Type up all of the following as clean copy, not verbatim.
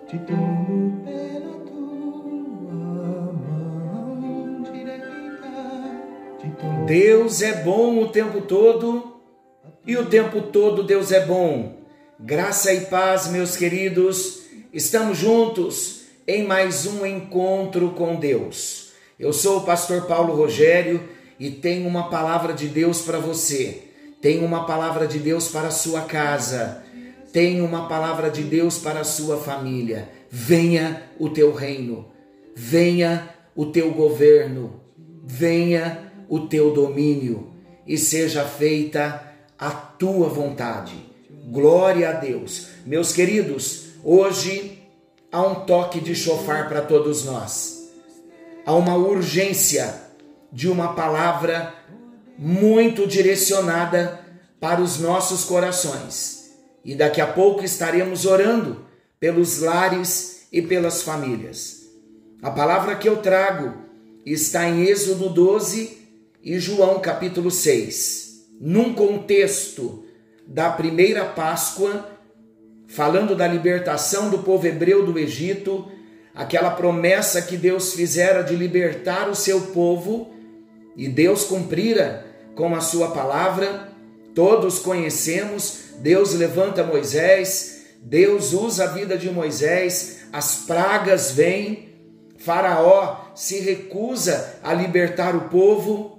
te tomo pela tua mão direita, te tomo. Deus é bom o tempo todo e o tempo todo Deus é bom. Graça e paz, meus queridos, estamos juntos em mais um encontro com Deus. Eu sou o pastor Paulo Rogério e tenho uma palavra de Deus para você. Tenho uma palavra de Deus para a sua casa. Tenho uma palavra de Deus para a sua família. Venha o teu reino. Venha o teu governo. Venha o teu domínio. E seja feita a tua vontade. Glória a Deus. Meus queridos, hoje há um toque de chofar para todos nós. Há uma urgência de uma palavra muito direcionada para os nossos corações. E daqui a pouco estaremos orando pelos lares e pelas famílias. A palavra que eu trago está em Êxodo 12 e João capítulo 6. Num contexto da primeira Páscoa, falando da libertação do povo hebreu do Egito, aquela promessa que Deus fizera de libertar o seu povo, e Deus cumprira com a sua palavra. Todos conhecemos, Deus levanta Moisés, Deus usa a vida de Moisés, as pragas vêm, Faraó se recusa a libertar o povo,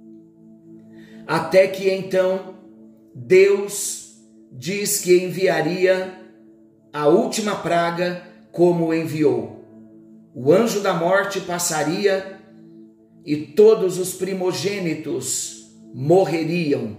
até que então Deus diz que enviaria a última praga como enviou. O anjo da morte passaria e todos os primogênitos morreriam,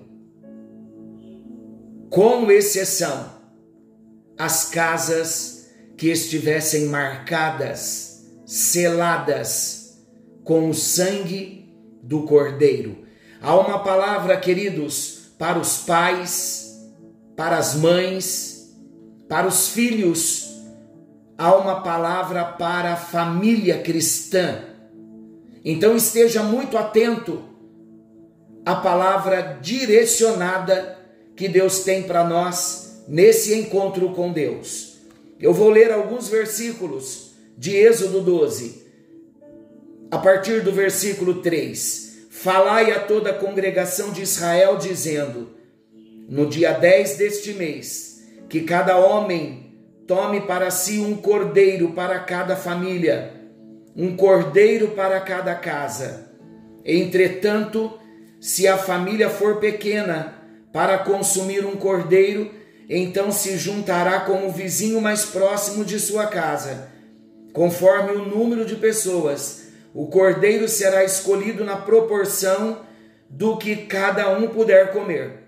com exceção as casas que estivessem marcadas, seladas com o sangue do Cordeiro. Há uma palavra, queridos, para os pais, para as mães, para os filhos. Há uma palavra para a família cristã. Então esteja muito atento à palavra direcionada que Deus tem para nós nesse encontro com Deus. Eu vou ler alguns versículos de Êxodo 12, a partir do versículo 3. Falai a toda a congregação de Israel, dizendo: no dia 10 deste mês, que cada homem tome para si um cordeiro para cada família, um cordeiro para cada casa. Entretanto, se a família for pequena para consumir um cordeiro, então se juntará com o vizinho mais próximo de sua casa. Conforme o número de pessoas, o cordeiro será escolhido na proporção do que cada um puder comer.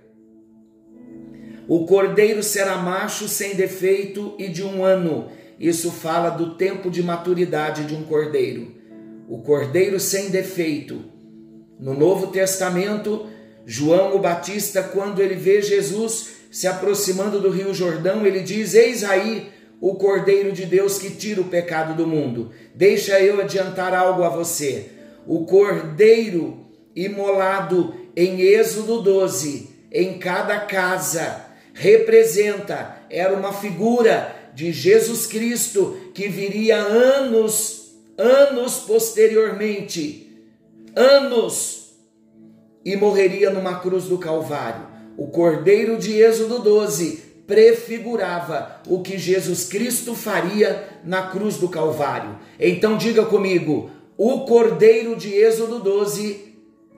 O cordeiro será macho sem defeito e de 1 ano. Isso fala do tempo de maturidade de um cordeiro. O cordeiro sem defeito. No Novo Testamento, João o Batista, quando ele vê Jesus se aproximando do Rio Jordão, ele diz: eis aí o Cordeiro de Deus que tira o pecado do mundo. Deixa eu adiantar algo a você. O cordeiro imolado em Êxodo 12, em cada casa, era uma figura de Jesus Cristo que viria anos posteriormente, e morreria numa cruz do Calvário. O cordeiro de Êxodo 12 prefigurava o que Jesus Cristo faria na cruz do Calvário. Então diga comigo: o cordeiro de Êxodo 12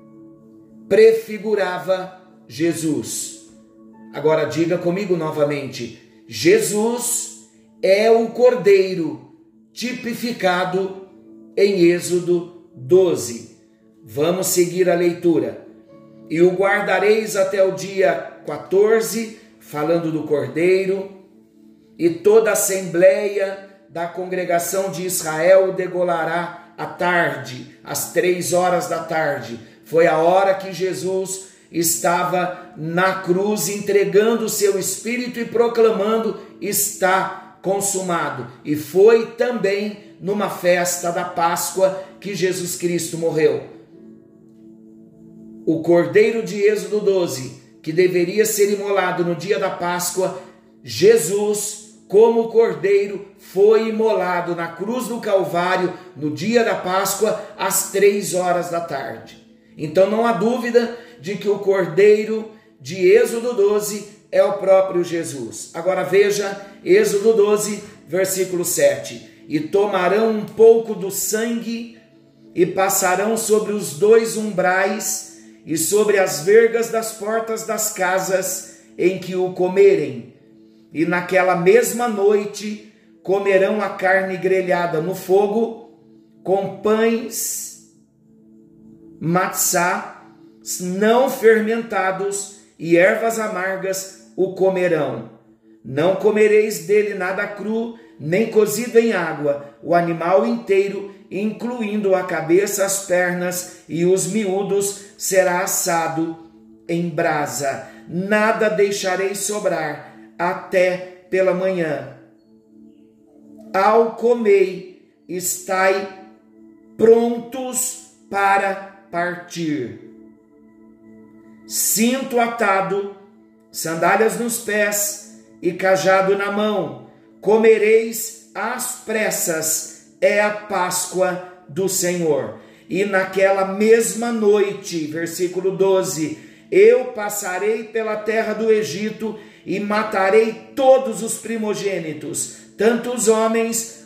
prefigurava Jesus. Agora diga comigo novamente: Jesus é o cordeiro tipificado em Êxodo 12. Vamos seguir a leitura. E o guardareis até o dia 14, falando do cordeiro, e toda a assembleia da congregação de Israel o degolará à tarde, às 3 horas da tarde. Foi a hora que Jesus estava na cruz entregando o seu espírito e proclamando: está consumado. E foi também numa festa da Páscoa que Jesus Cristo morreu. O cordeiro de Êxodo 12, que deveria ser imolado no dia da Páscoa, Jesus como o cordeiro foi imolado na cruz do Calvário no dia da Páscoa, às 3 horas da tarde. Então não há dúvida de que o cordeiro de Êxodo 12 é o próprio Jesus. Agora veja Êxodo 12, versículo 7. E tomarão um pouco do sangue e passarão sobre os 2 umbrais e sobre as vergas das portas das casas em que o comerem. E naquela mesma noite comerão a carne grelhada no fogo, com pães matzá não fermentados e ervas amargas o comerão. Não comereis dele nada cru, nem cozido em água, o animal inteiro, incluindo a cabeça, as pernas e os miúdos, será assado em brasa. Nada deixareis sobrar até pela manhã. Ao comer, estai prontos para partir. Cinto atado, sandálias nos pés e cajado na mão. Comereis às pressas, é a Páscoa do Senhor. E naquela mesma noite, versículo 12, eu passarei pela terra do Egito e matarei todos os primogênitos, tanto dos homens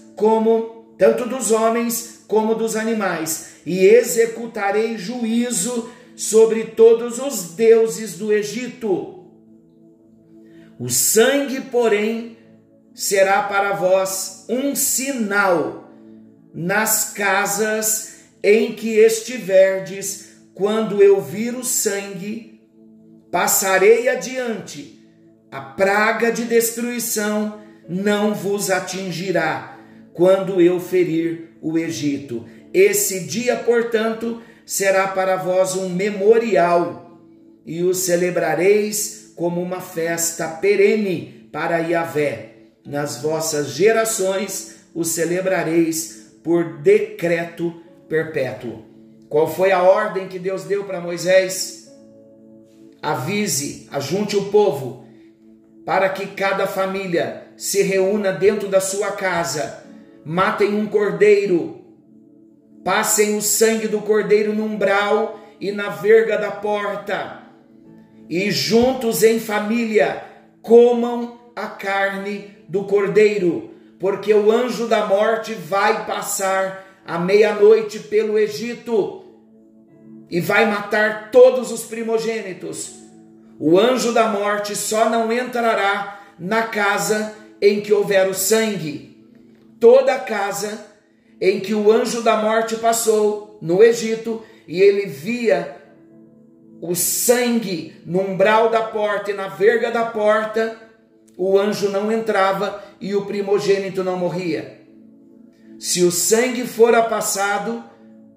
como dos animais, e executarei juízo sobre todos os deuses do Egito. O sangue, porém, será para vós um sinal nas casas em que estiverdes. Quando eu vir o sangue, passarei adiante. A praga de destruição não vos atingirá quando eu ferir o Egito. Esse dia, portanto, será para vós um memorial, e o celebrareis como uma festa perene para Yahvé. Nas vossas gerações o celebrareis por decreto perpétuo. Qual foi a ordem que Deus deu para Moisés? Avise, ajunte o povo, para que cada família se reúna dentro da sua casa, matem um cordeiro, passem o sangue do cordeiro no umbral e na verga da porta, e juntos em família comam a carne do cordeiro, porque o anjo da morte vai passar à meia-noite pelo Egito e vai matar todos os primogênitos. O anjo da morte só não entrará na casa em que houver o sangue. Toda casa em que o anjo da morte passou no Egito e ele via o sangue no umbral da porta e na verga da porta, o anjo não entrava e o primogênito não morria. Se o sangue fora passado,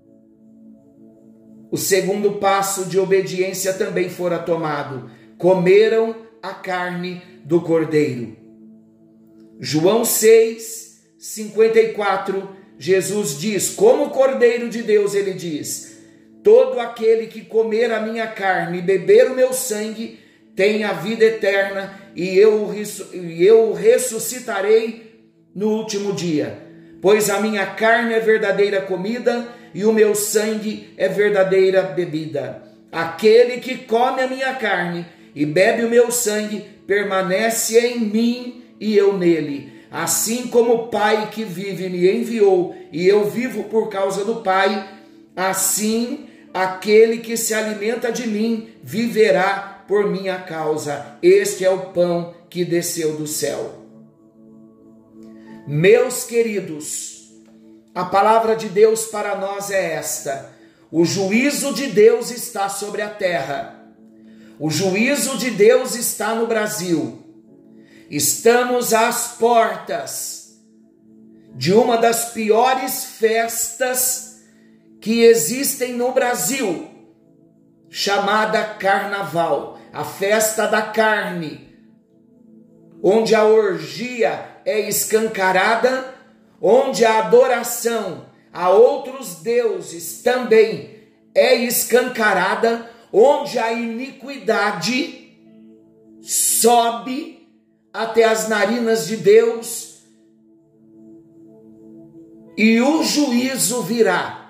o segundo passo de obediência também fora tomado. Comeram a carne do cordeiro. João 6, 54, Jesus diz, como Cordeiro de Deus, ele diz, todo aquele que comer a minha carne e beber o meu sangue tem a vida eterna, e eu o ressuscitarei no último dia. Pois a minha carne é verdadeira comida e o meu sangue é verdadeira bebida. Aquele que come a minha carne e bebe o meu sangue permanece em mim e eu nele. Assim como o Pai que vive me enviou e eu vivo por causa do Pai, assim aquele que se alimenta de mim viverá por minha causa. Este é o pão que desceu do céu. Meus queridos, a palavra de Deus para nós é esta: o juízo de Deus está sobre a terra, o juízo de Deus está no Brasil. Estamos às portas de uma das piores festas que existem no Brasil, chamada Carnaval, a festa da carne, onde a orgia é escancarada, onde a adoração a outros deuses também é escancarada, onde a iniquidade sobe até as narinas de Deus e o juízo virá.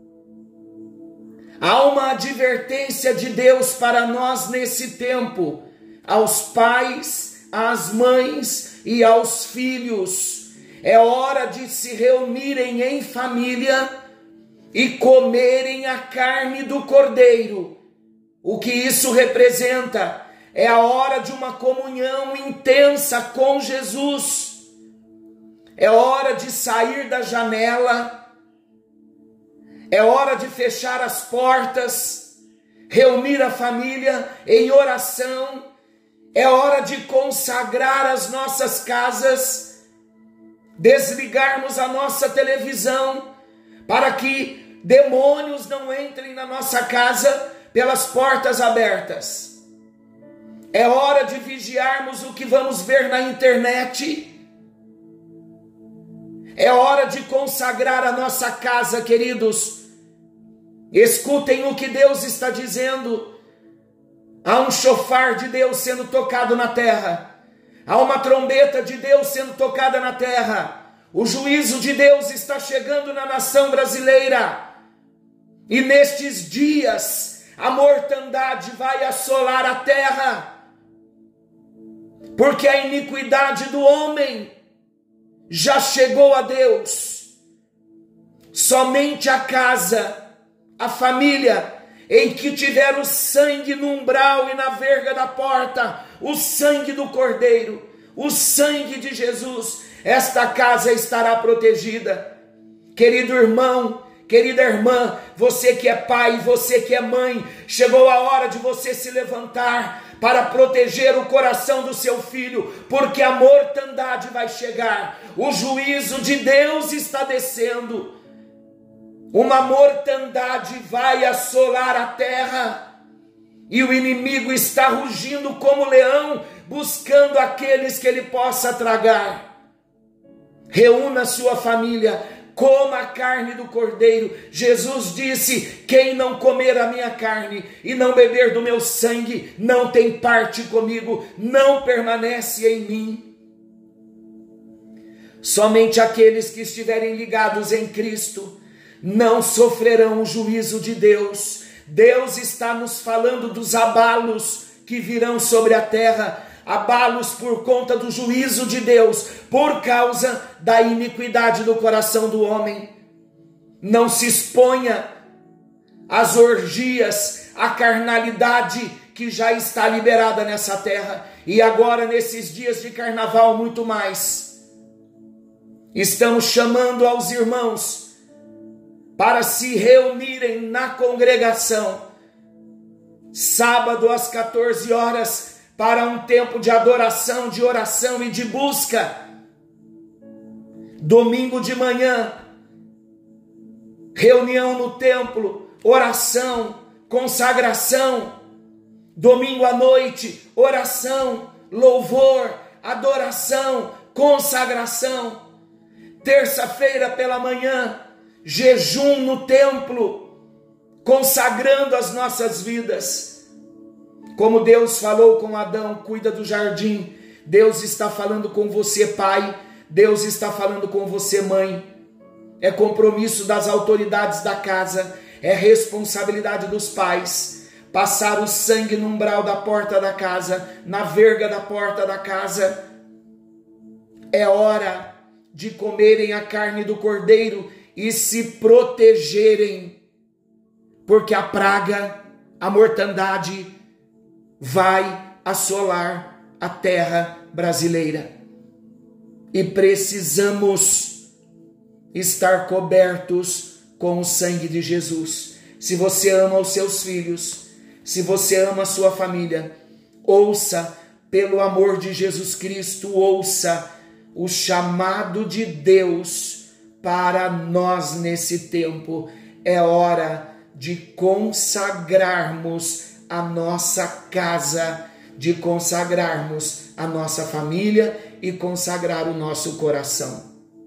Há uma advertência de Deus para nós nesse tempo, aos pais, às mães e aos filhos. É hora de se reunirem em família e comerem a carne do Cordeiro. O que isso representa? É a hora de uma comunhão intensa com Jesus. É hora de sair da janela. É hora de fechar as portas, reunir a família em oração. É hora de consagrar as nossas casas, desligarmos a nossa televisão, para que demônios não entrem na nossa casa pelas portas abertas. É hora de vigiarmos o que vamos ver na internet. É hora de consagrar a nossa casa, queridos. Escutem o que Deus está dizendo. Há um chofar de Deus sendo tocado na terra. Há uma trombeta de Deus sendo tocada na terra. O juízo de Deus está chegando na nação brasileira. E nestes dias, a mortandade vai assolar a terra. Porque a iniquidade do homem já chegou a Deus. Somente a casa, a família, em que tiver o sangue no umbral e na verga da porta, o sangue do Cordeiro, o sangue de Jesus, esta casa estará protegida. Querido irmão, querida irmã, você que é pai, você que é mãe, chegou a hora de você se levantar para proteger o coração do seu filho, porque a mortandade vai chegar, o juízo de Deus está descendo, uma mortandade vai assolar a terra, e o inimigo está rugindo como leão, buscando aqueles que ele possa tragar. Reúna sua família, coma a carne do Cordeiro. Jesus disse: quem não comer a minha carne e não beber do meu sangue, não tem parte comigo, não permanece em mim. Somente aqueles que estiverem ligados em Cristo não sofrerão o juízo de Deus. Deus está nos falando dos abalos que virão sobre a terra, abalos por conta do juízo de Deus, por causa da iniquidade do coração do homem. Não se exponha às orgias, à carnalidade que já está liberada nessa terra, e agora nesses dias de carnaval muito mais. Estamos chamando aos irmãos para se reunirem na congregação, sábado às 14 horas, para um tempo de adoração, de oração e de busca. Domingo de manhã, reunião no templo, oração, consagração. Domingo à noite, oração, louvor, adoração, consagração. Terça-feira pela manhã, jejum no templo, consagrando as nossas vidas. Como Deus falou com Adão, cuida do jardim. Deus está falando com você, pai. Deus está falando com você, mãe. É compromisso das autoridades da casa, é responsabilidade dos pais. Passar o sangue no umbral da porta da casa, na verga da porta da casa. É hora de comerem a carne do Cordeiro e se protegerem, porque a praga, a mortandade, vai assolar a terra brasileira. E precisamos estar cobertos com o sangue de Jesus. Se você ama os seus filhos, se você ama a sua família, ouça, pelo amor de Jesus Cristo, ouça o chamado de Deus para nós nesse tempo. É hora de consagrarmos a nossa casa, de consagrarmos a nossa família e consagrar o nosso coração.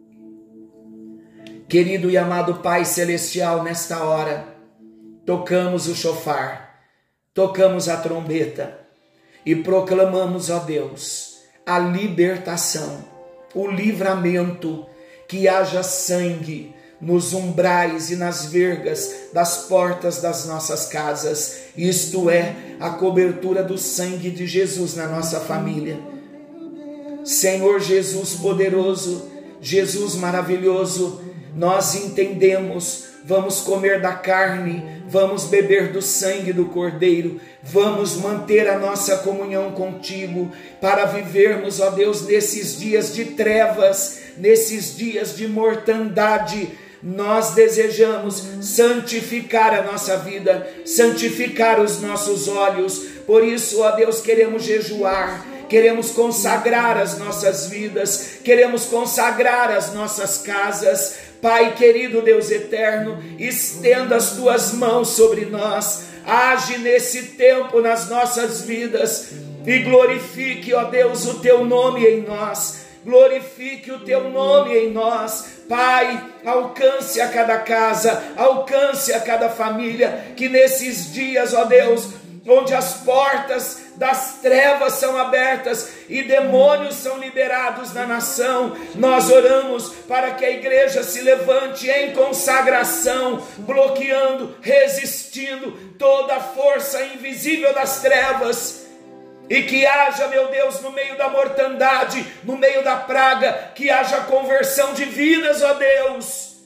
Querido e amado Pai Celestial, nesta hora, tocamos o chofar, tocamos a trombeta e proclamamos, ó Deus, a libertação, o livramento, que haja sangue nos umbrais e nas vergas das portas das nossas casas, isto é, a cobertura do sangue de Jesus na nossa família. Senhor Jesus poderoso, Jesus maravilhoso, nós entendemos, vamos comer da carne, vamos beber do sangue do Cordeiro, vamos manter a nossa comunhão contigo, para vivermos, ó Deus, nesses dias de trevas, nesses dias de mortandade. Nós desejamos santificar a nossa vida, santificar os nossos olhos. Por isso, ó Deus, queremos jejuar, queremos consagrar as nossas vidas, queremos consagrar as nossas casas. Pai querido, Deus eterno, estenda as tuas mãos sobre nós, age nesse tempo nas nossas vidas e glorifique, ó Deus, o teu nome em nós, glorifique o teu nome em nós. Pai, alcance a cada casa, alcance a cada família, que nesses dias, ó Deus, onde as portas das trevas são abertas e demônios são liberados na nação, nós oramos para que a igreja se levante em consagração, bloqueando, resistindo toda a força invisível das trevas. E que haja, meu Deus, no meio da mortandade, no meio da praga, que haja conversão de vidas, ó Deus.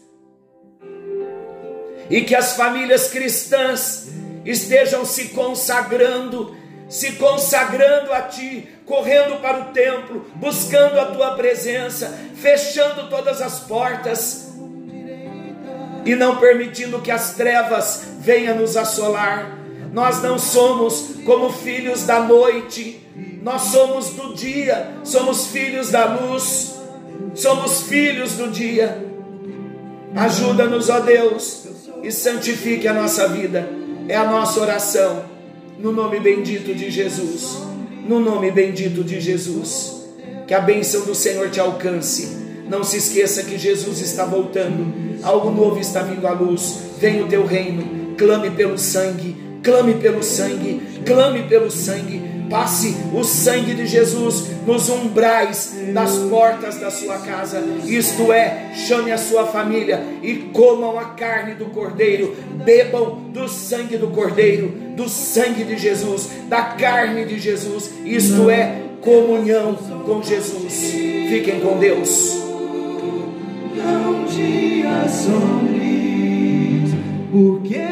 E que as famílias cristãs estejam se consagrando a Ti, correndo para o templo, buscando a Tua presença, fechando todas as portas e não permitindo que as trevas venham nos assolar. Nós não somos como filhos da noite, nós somos do dia, somos filhos da luz, somos filhos do dia. Ajuda-nos, ó Deus, e santifique a nossa vida. É a nossa oração, no nome bendito de Jesus, no nome bendito de Jesus. Que a bênção do Senhor te alcance. Não se esqueça que Jesus está voltando, algo novo está vindo à luz. Venha o teu reino, clame pelo sangue, clame pelo sangue, clame pelo sangue. Passe o sangue de Jesus nos umbrais das portas da sua casa, isto é, chame a sua família e comam a carne do Cordeiro, bebam do sangue do Cordeiro, do sangue de Jesus, da carne de Jesus, isto é, comunhão com Jesus. Fiquem com Deus. Não te assombres, porque